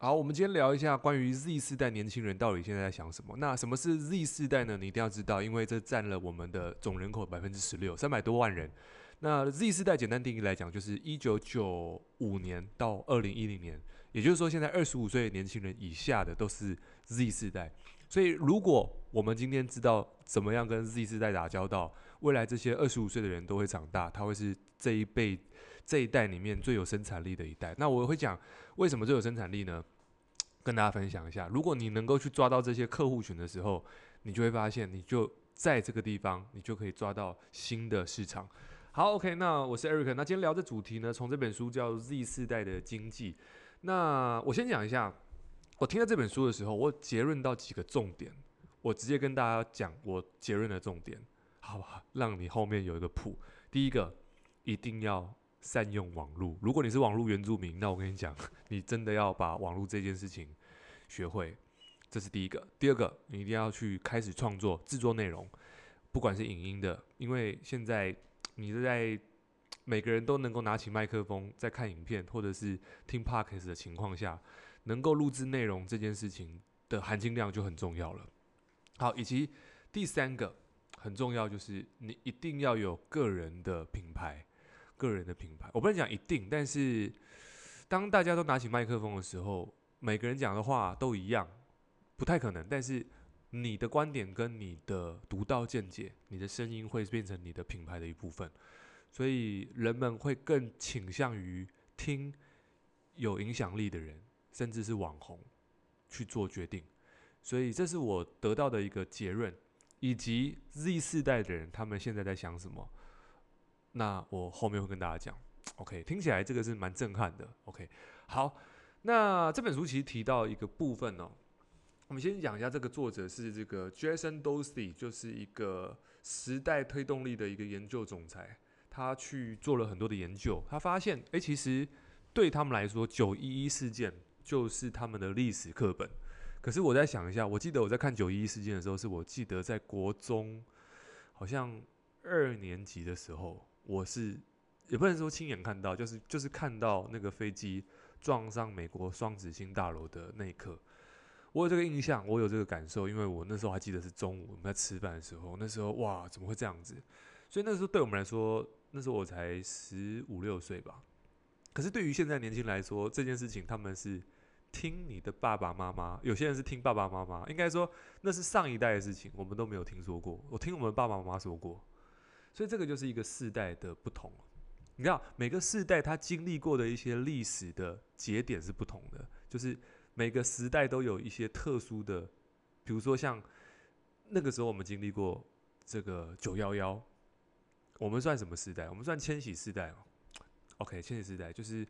好，我们今天聊一下关于 Z 世代年轻人到底现在在想什么。那什么是 Z 世代呢？你一定要知道，因为这占了我们的总人口16%，300多万人。那 Z 世代简单定义来讲，就是1995年到2010年，也就是说，现在25岁年轻人以下的都是 Z 世代。所以，如果我们今天知道怎么样跟 Z 世代打交道，未来这些25岁的人都会长大，他会是这一代里面最有生产力的一代。那我会讲为什么最有生产力呢？跟大家分享一下，如果你能够去抓到这些客户群的时候，你就会发现，你就在这个地方，你就可以抓到新的市场。好，OK，那我是 Eric，那今天聊的主题呢，从这本书叫《Z 世代的经济》。那我先讲一下，我听到这本书的时候，我结论到几个重点，我直接跟大家讲我结论的重点，好吧，让你后面有一个谱。第一个，一定要善用网络。如果你是网络原住民，那我跟你讲，你真的要把网络这件事情学会，这是第一个。第二个，你一定要去开始创作、制作内容，不管是影音的，因为现在你在每个人都能够拿起麦克风，在看影片或者是听 podcast 的情况下，能够录制内容这件事情的含金量就很重要了。好，以及第三个很重要，就是你一定要有个人的品牌。个人的品牌，我不能讲一定，但是当大家都拿起麦克风的时候，每个人讲的话都一样，不太可能。但是你的观点跟你的独到见解，你的声音会变成你的品牌的一部分，所以人们会更倾向于听有影响力的人，甚至是网红去做决定。所以这是我得到的一个结论，以及 Z 世代的人他们现在在想什么。那我后面会跟大家讲。OK， 听起来这个是蛮震撼的。OK， 好，那这本书其实提到一个部分哦，我们先讲一下这个作者是这个 Jason Dorsey， 就是一个时代推动力的一个研究总裁，他去做了很多的研究，他发现，其实对他们来说，911事件就是他们的历史课本。可是我在想一下，我记得我在看911事件的时候，是我记得在国中好像2年级的时候，我是也不能说亲眼看到，就是看到那个飞机撞上美国双子星大楼的那一刻，我有这个印象，我有这个感受，因为我那时候还记得是中午我们在吃饭的时候，那时候哇怎么会这样子？所以那时候对我们来说，那时候我才15、16岁吧。可是对于现在年轻人来说，这件事情他们是听你的爸爸妈妈，有些人是听爸爸妈妈，应该说那是上一代的事情，我们都没有听说过。我听我们爸爸妈妈说过，所以这个就是一个世代的不同。你知道每个世代他经历过的一些历史的节点是不同的，就是每个时代都有一些特殊的，比如说像那个时候我们经历过这个911，我们算什么时代？我们算千禧世代嘛。OK， 千禧世代就是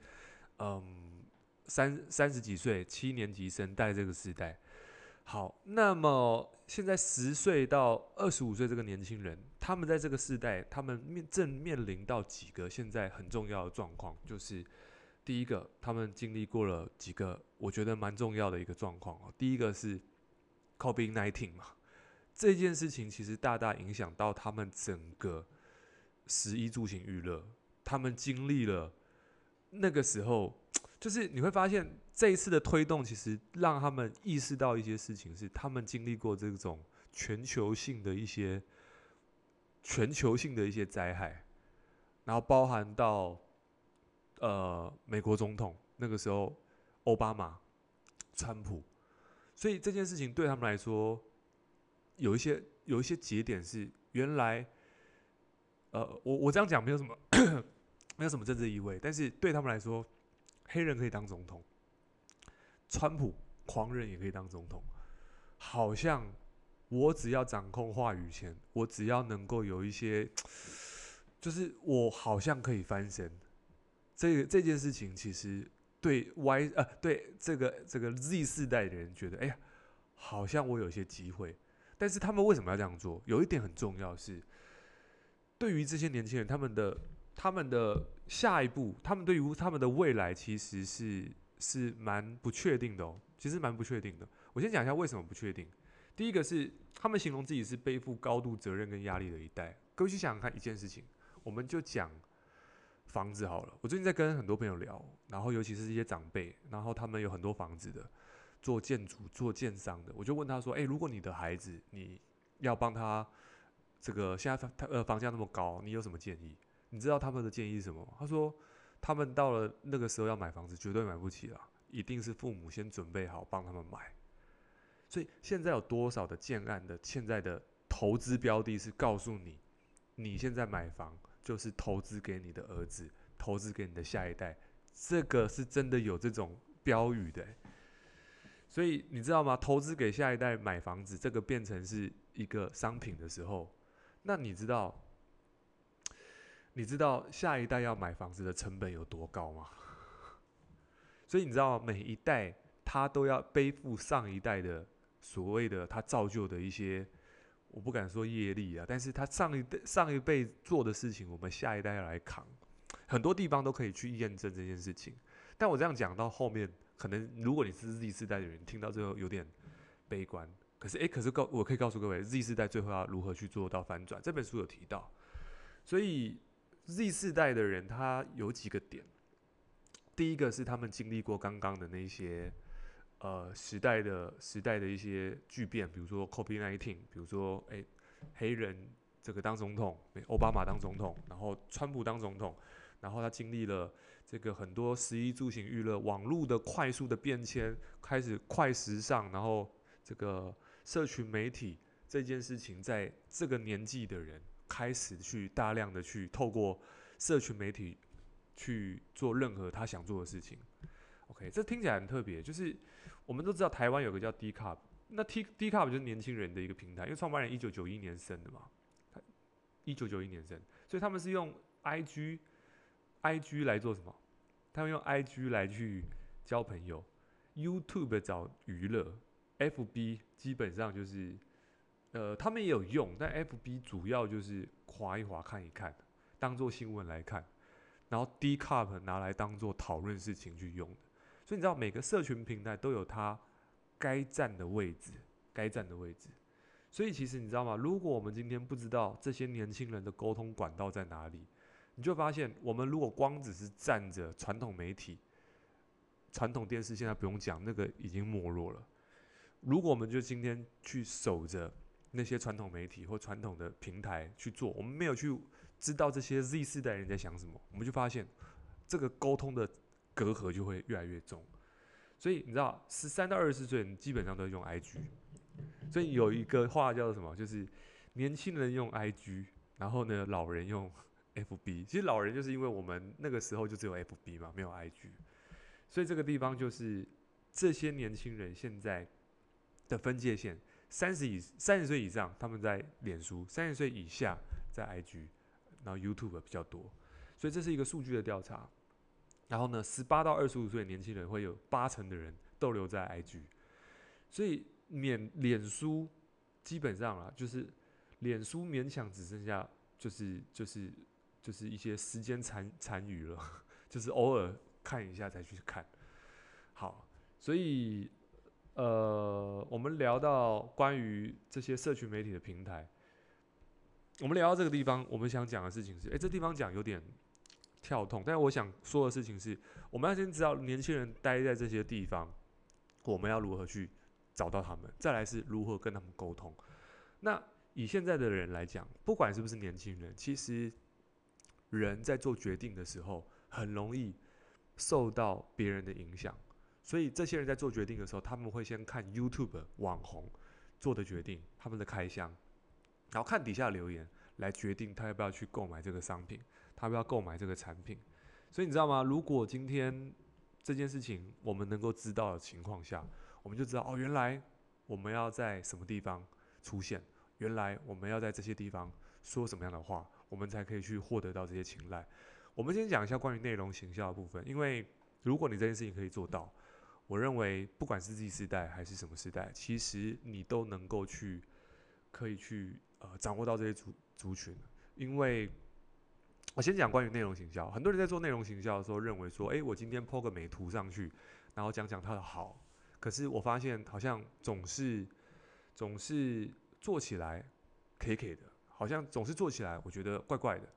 三十几岁7年级生带这个时代。好，那么现在10岁到25岁这个年轻人，他们在这个世代，他们正面临到几个现在很重要的状况，就是第一个，他们经历过了几个我觉得蛮重要的一个状况哦。第一个是 COVID-19 嘛，这件事情其实大大影响到他们整个食衣住行娱乐，他们经历了那个时候。就是你会发现这一次的推动，其实让他们意识到一些事情，是他们经历过这种全球性的一些灾害，然后包含到美国总统那个时候奥巴马、川普，所以这件事情对他们来说有一些节点是原来我这样讲没有什么没有什么政治意味，但是对他们来说，黑人可以当总统，川普狂人也可以当总统，好像我只要掌控话语权，我只要能够有一些，就是我好像可以翻身。这件事情其实对这个 Z 世代的人觉得，哎呀，好像我有一些机会。但是他们为什么要这样做？有一点很重要是，对于这些年轻人，他们的下一步，他们对于他们的未来其实是蛮不确定的哦，其实蛮不确定的。我先讲一下为什么不确定。第一个是他们形容自己是背负高度责任跟压力的一代。各位去想想看一件事情，我们就讲房子好了，我最近在跟很多朋友聊，然后尤其是一些长辈，然后他们有很多房子的，做建筑、做建商的，我就问他说：“哎，如果你的孩子，你要帮他这个现在房价那么高，你有什么建议？”你知道他们的建议是什么？他说他们到了那个时候要买房子，绝对买不起了，一定是父母先准备好帮他们买。所以现在有多少的建案的现在的投资标的是告诉你，你现在买房就是投资给你的儿子，投资给你的下一代，这个是真的有这种标语的。所以你知道吗？投资给下一代买房子，这个变成是一个商品的时候，那你知道下一代要买房子的成本有多高吗？所以你知道每一代他都要背负上一代的所谓的他造就的一些，我不敢说业力啊，但是他上一辈做的事情，我们下一代要来扛。很多地方都可以去验证这件事情。但我这样讲到后面，可能如果你是 Z 世代的人，听到最后有点悲观。可是我可以告诉各位，Z 世代最后要如何去做到反转？这本书有提到。所以 Z 世代的人，他有几个点。第一个是他们经历过刚刚的那些时代的一些巨变，比如说 COVID-19，比如说黑人这个当总统，奥巴马当总统，然后川普当总统，然后他经历了这个很多食衣住行娱乐网络的快速的变迁，开始快时尚，然后这个社群媒体这件事情，在这个年纪的人开始去大量的去透过社群媒体去做任何他想做的事情。OK， 这听起来很特别，就是我们都知道台湾有个叫 Dcard， 那 Dcard 就是年轻人的一个平台，因为创办人1991年生的嘛，1991年生，所以他们是用 IG 来做什么？他们用 IG 来去交朋友 ，YouTube 找娱乐 ，FB 基本上就是他们也有用，但 FB 主要就是滑一滑看一看，当做新闻来看，然后 Dcard 拿来当做讨论事情去用的。所以你知道每个社群平台都有它该站的位置，该站的位置。所以其实你知道吗？如果我们今天不知道这些年轻人的沟通管道在哪里，你就发现我们如果光只是站着传统媒体、传统电视，现在不用讲，那个已经没落了。如果我们就今天去守着那些传统媒体或传统的平台去做，我们没有去知道这些 Z 世代人在想什么，我们就发现这个沟通的隔阂就会越来越重。所以你知道，13到24岁人基本上都用 IG， 所以有一个话叫做什么？就是年轻人用 IG， 然后呢，老人用 FB。其实老人就是因为我们那个时候就只有 FB 嘛，没有 IG， 所以这个地方就是这些年轻人现在的分界线：30岁以上他们在脸书，30岁以下在 IG， 然后 YouTube 比较多。所以这是一个数据的调查。然后呢，18到25岁的年轻人会有80%的人逗留在 IG， 所以脸书基本上啊，就是脸书勉强只剩下就是一些时间残余了，就是偶尔看一下才去看。好，所以我们聊到关于这些社群媒体的平台，我们聊到这个地方，我们想讲的事情是，这地方讲有点跳痛，但是我想说的事情是，我们要先知道年轻人待在这些地方，我们要如何去找到他们，再来是如何跟他们沟通。那以现在的人来讲，不管是不是年轻人，其实人在做决定的时候，很容易受到别人的影响，所以这些人在做决定的时候，他们会先看 YouTube 网红做的决定，他们的开箱，然后看底下留言来决定他要不要去购买这个商品。他要购买这个产品，所以你知道吗？如果今天这件事情我们能够知道的情况下，我们就知道哦，原来我们要在什么地方出现，原来我们要在这些地方说什么样的话，我们才可以去获得到这些青睐。我们先讲一下关于内容行销的部分，因为如果你这件事情可以做到，我认为不管是 Z 世代还是什么世代，其实你都能够可以去掌握到这些族群，因为我先讲关于内容行销，很多人在做内容行销的时候，认为说，我今天 po 个美图上去，然后讲它的好。可是我发现好像总是做起来 K 的，好像总是做起来，我觉得怪怪的。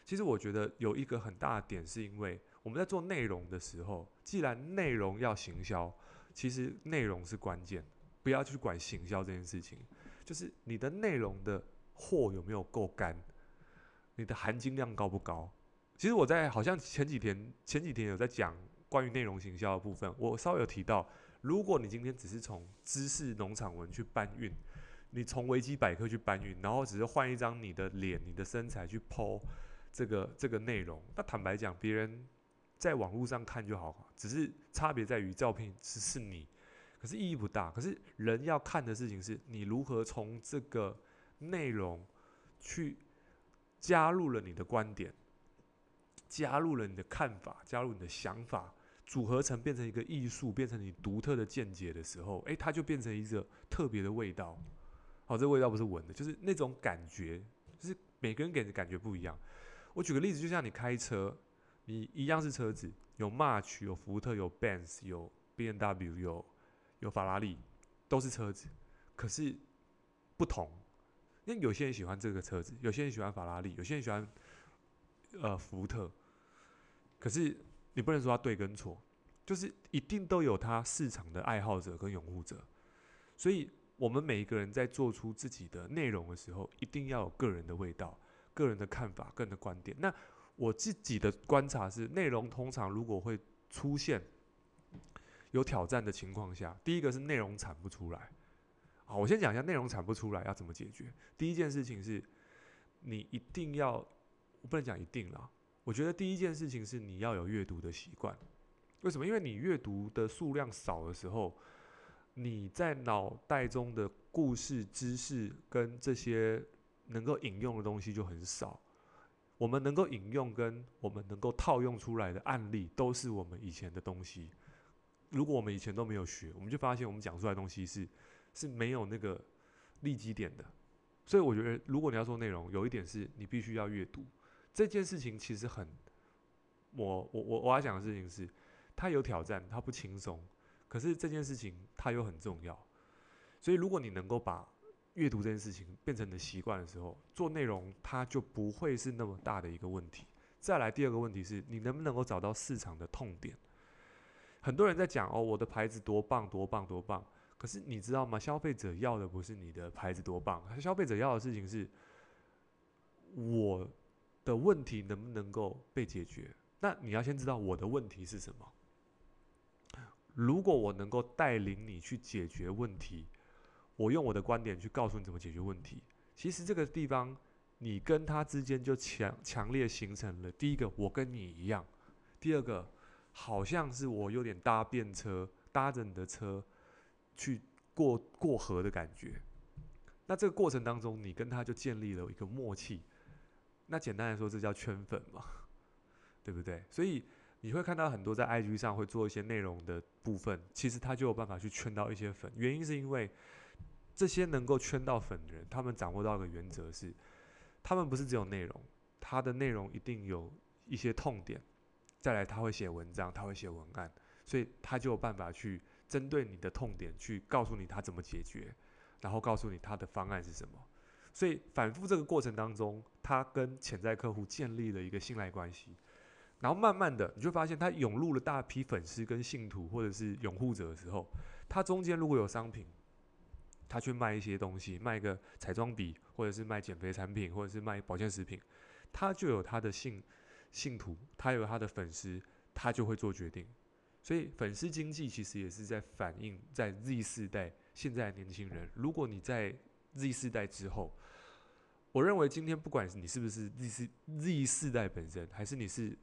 其实我觉得有一个很大的点，是因为我们在做内容的时候，既然内容要行销，其实内容是关键，不要去管行销这件事情，就是你的内容的货有没有够干，你的含金量高不高。其实我在好像前几天有在讲关于内容行销的部分，我稍微有提到，如果你今天只是从知识农场文去搬运，你从维基百科去搬运，然后只是换一张你的脸、你的身材去 po 这个内容，那坦白讲，别人在网络上看就好，只是差别在于照片是你，可是意义不大。可是人要看的事情是你如何从这个内容去加入了你的观点，加入了你的看法，加入你的想法，组合成变成一个艺术，变成你独特的见解的时候，它就变成一个特别的味道。好，这味道不是闻的，就是那种感觉，就是每个人给的感觉不一样。我举个例子，就像你开车，你一样是车子，有 March， 有福特，有 Benz， 有 BMW， 有法拉利，都是车子，可是不同。因为有些人喜欢这个车子，有些人喜欢法拉利，有些人喜欢福特，可是你不能说它对跟错，就是一定都有它市场的爱好者跟拥护者。所以我们每一个人在做出自己的内容的时候，一定要有个人的味道、个人的看法、个人的观点。那我自己的观察是，内容通常如果会出现有挑战的情况下，第一个是内容产不出来。好，我先讲一下内容产不出来要怎么解决。第一件事情是，你一定要，我不能讲一定啦，我觉得第一件事情是你要有阅读的习惯。为什么？因为你阅读的数量少的时候，你在脑袋中的故事、知识跟这些能够引用的东西就很少。我们能够引用跟我们能够套用出来的案例，都是我们以前的东西。如果我们以前都没有学，我们就发现我们讲出来的东西是没有那个立基点的。所以我觉得，如果你要做内容，有一点是你必须要阅读。这件事情其实很，我要讲的事情是，它有挑战，它不轻松，可是这件事情它又很重要。所以如果你能够把阅读这件事情变成你的习惯的时候，做内容它就不会是那么大的一个问题。再来第二个问题是，你能不能够找到市场的痛点？很多人在讲我的牌子多棒多棒多棒，可是你知道吗？消费者要的不是你的牌子多棒，消费者要的事情是我的问题能不能够被解决。那你要先知道我的问题是什么。如果我能够带领你去解决问题，我用我的观点去告诉你怎么解决问题，其实这个地方你跟他之间就强烈形成了，第一个我跟你一样，第二个好像是我有点搭便车，搭着你的车去过河的感觉。那这个过程当中，你跟他就建立了一个默契。那简单来说，这叫圈粉嘛，对不对？所以你会看到很多在 IG 上会做一些内容的部分，其实他就有办法去圈到一些粉。原因是因为这些能够圈到粉的人，他们掌握到一个原则是，他们不是只有内容，他的内容一定有一些痛点。再来，他会写文章，他会写文案，所以他就有办法去针对你的痛点，去告诉你他怎么解决，然后告诉你他的方案是什么。所以反复这个过程当中，他跟潜在客户建立了一个信赖关系，然后慢慢的你就发现他涌入了大批粉丝跟信徒或者是拥护者的时候，他中间如果有商品，他去卖一些东西，卖一个彩妆笔，或者是卖减肥产品，或者是卖保健食品，他就有他的信徒，他有他的粉丝，他就会做决定。所以粉丝经济其实也是在反映在 Z 世代现在的年轻人。如果你在 Z 世代之后，我认为今天不管你是不是 Z 世代本身，还是你是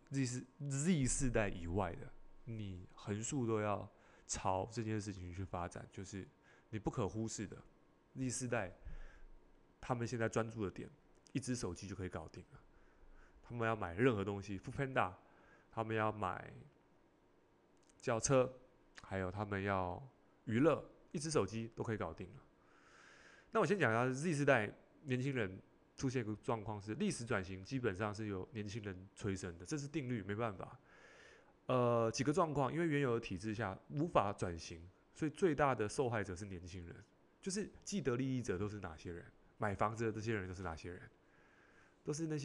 Z 世代以外的，你横竖都要朝这件事情去发展，就是你不可忽视的 Z 世代，他们现在专注的点，一只手机就可以搞定了。他们要买任何东西 ，Foodpanda， 他们要买轿车，还有他们要娱乐，一只手机都可以搞定了。那我先讲一下 Z 世代年轻人出现一个状况是，历史转型基本上是由年轻人催生的，这是定律，没办法。几个状况，因为原有的体制下无法转型，所以最大的受害者是年轻人。就是既得利益者都是哪些人？买房子的这些人都是哪些人？都是那些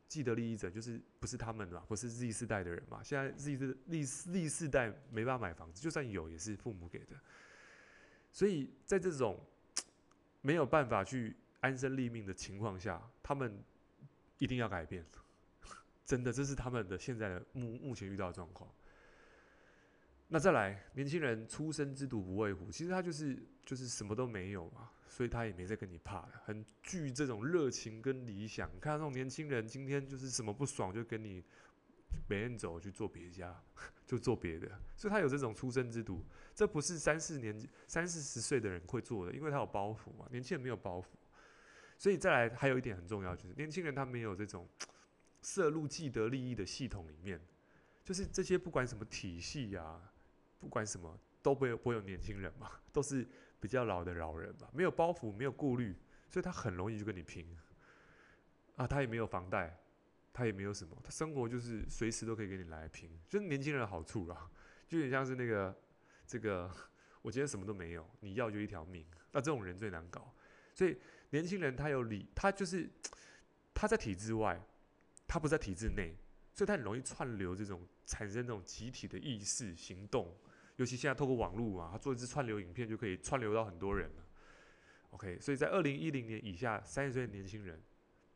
既得利益者就是不是他们嘛，不是 Z 世代的人嘛。现在 Z 世代没办法买房子，就算有也是父母给的。所以在这种没有办法去安身立命的情况下，他们一定要改变。真的，这是他们的现在的目前遇到的状况。那再来，年轻人初生之犊不畏虎，其实他就是什么都没有嘛，所以他也没在跟你怕的，很具这种热情跟理想。你看那种年轻人，今天就是什么不爽就跟你别人走去做别家，就做别的，所以他有这种初生之犊，这不是30、40岁的人会做的，因为他有包袱嘛，年轻人没有包袱。所以再来还有一点很重要，就是年轻人他没有这种涉入既得利益的系统里面，就是这些不管什么体系啊，不管什么都不会有年轻人嘛，都是比较老的老人嘛，没有包袱，没有顾虑，所以他很容易就跟你拼啊，他也没有房贷，他也没有什么，他生活就是随时都可以跟你来拼，就是年轻人的好处啦，就有点像是那个这个，我今天什么都没有，你要就一条命，那这种人最难搞，所以年轻人他有理，他就是他在体制外，他不在体制内，所以他很容易串流这种产生这种集体的意识行动，尤其现在透过网络嘛，他做一支串流影片就可以串流到很多人了。OK， 所以在2010年以下30岁的年轻人，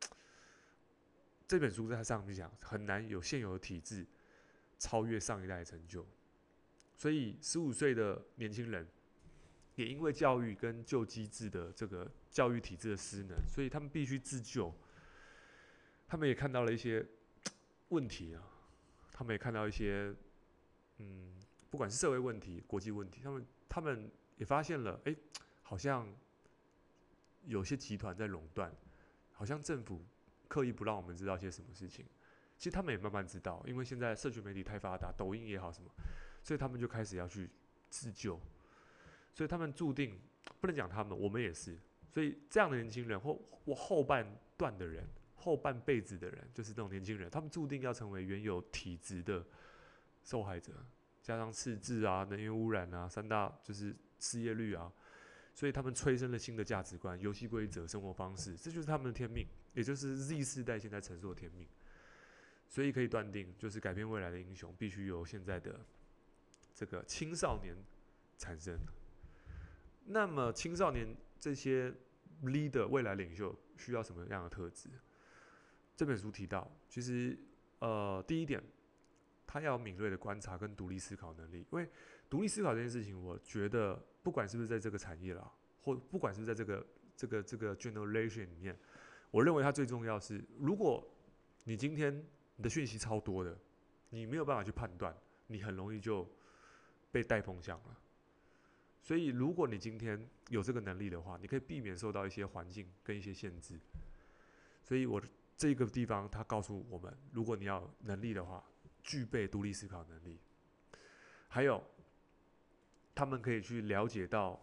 这本书在他上面讲，很难有现有的体制超越上一代的成就。所以15岁的年轻人，也因为教育跟旧机制的这个教育体制的失能，所以他们必须自救。他们也看到了一些问题啊，他们也看到一些不管是社会问题、国际问题，他们也发现了，好像有些集团在垄断，好像政府刻意不让我们知道些什么事情。其实他们也慢慢知道，因为现在社群媒体太发达，抖音也好什么，所以他们就开始要去自救。所以他们注定不能讲他们，我们也是。所以这样的年轻人或后半段的人，后半辈子的人，就是这种年轻人，他们注定要成为原有体制的受害者，加上赤字啊、能源污染啊、3大就是失业率啊，所以他们催生了新的价值观、游戏规则、生活方式，这就是他们的天命，也就是 Z 世代现在承受的天命。所以可以断定，就是改变未来的英雄，必须由现在的这个青少年产生。那么青少年这些 leader 未来领袖需要什么样的特质？这本书提到，其实第一点，他要有敏锐的观察跟独立思考能力。因为独立思考这件事情，我觉得不管是不是在这个产业啦，或不管是不是在这个 generation 里面，我认为它最重要是，如果你今天你的讯息超多的，你没有办法去判断，你很容易就被带风向了。所以，如果你今天有这个能力的话，你可以避免受到一些环境跟一些限制。所以我这个地方，他告诉我们，如果你要有能力的话，具备独立思考能力，还有他们可以去了解到，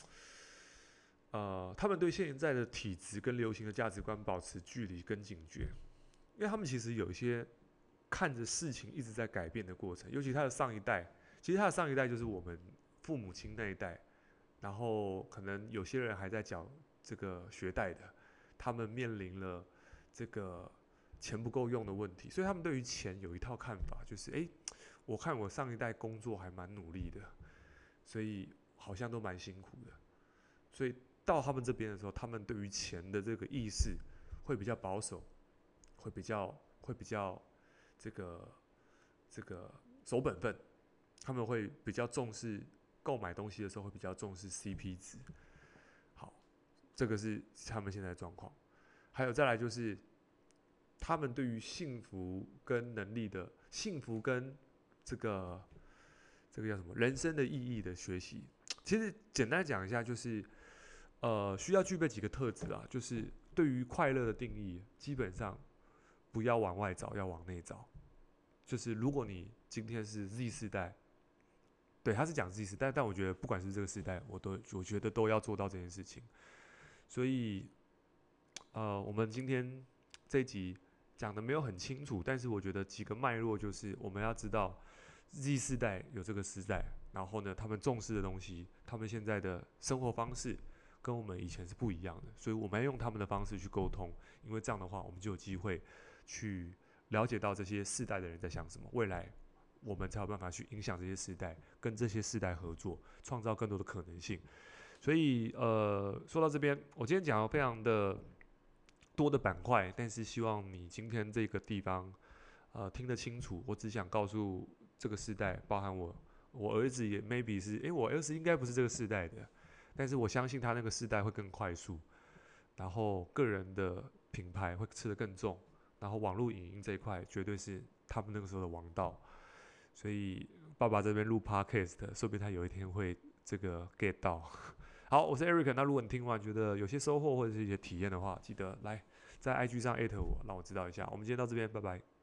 他们对现在的体制跟流行的价值观保持距离跟警觉，因为他们其实有一些看着事情一直在改变的过程，尤其他的上一代，其实他的上一代就是我们父母亲那一代，然后可能有些人还在缴这个学贷的，他们面临了这个钱不够用的问题，所以他们对于钱有一套看法，就是我看我上一代工作还蛮努力的，所以好像都蛮辛苦的，所以到他们这边的时候，他们对于钱的这个意识会比较保守，会比较这个守本分，他们会比较重视购买东西的时候会比较重视 CP 值。好，这个是他们现在的状况。还有再来就是他们对于幸福跟能力的幸福跟这个叫什么人生的意义的学习，其实简单讲一下就是需要具备几个特质啊，就是对于快乐的定义，基本上不要往外找，要往内找。就是如果你今天是 Z 世代，对，他是讲 Z 世代，但我觉得不管是这个世代，我觉得都要做到这件事情。所以，我们今天这一集讲的没有很清楚，但是我觉得几个脉络就是我们要知道 Z 世代有这个时代，然后呢，他们重视的东西，他们现在的生活方式跟我们以前是不一样的，所以我们要用他们的方式去沟通，因为这样的话，我们就有机会去了解到这些世代的人在想什么，未来我们才有办法去影响这些世代，跟这些世代合作，创造更多的可能性。所以说到这边，我今天讲了非常的多的板块，但是希望你今天这个地方听得清楚。我只想告诉这个世代，包含我儿子也 maybe 是，我儿子应该不是这个世代的，但是我相信他那个世代会更快速，然后个人的品牌会吃得更重，然后网络影音这一块绝对是他们那个时候的王道。所以爸爸这边录 podcast，说不定他有一天会这个 get 到。好，我是 Eric。那如果你听完觉得有些收获或者是一些体验的话，记得来在 IG 上艾特我，让我知道一下。我们今天到这边，拜拜。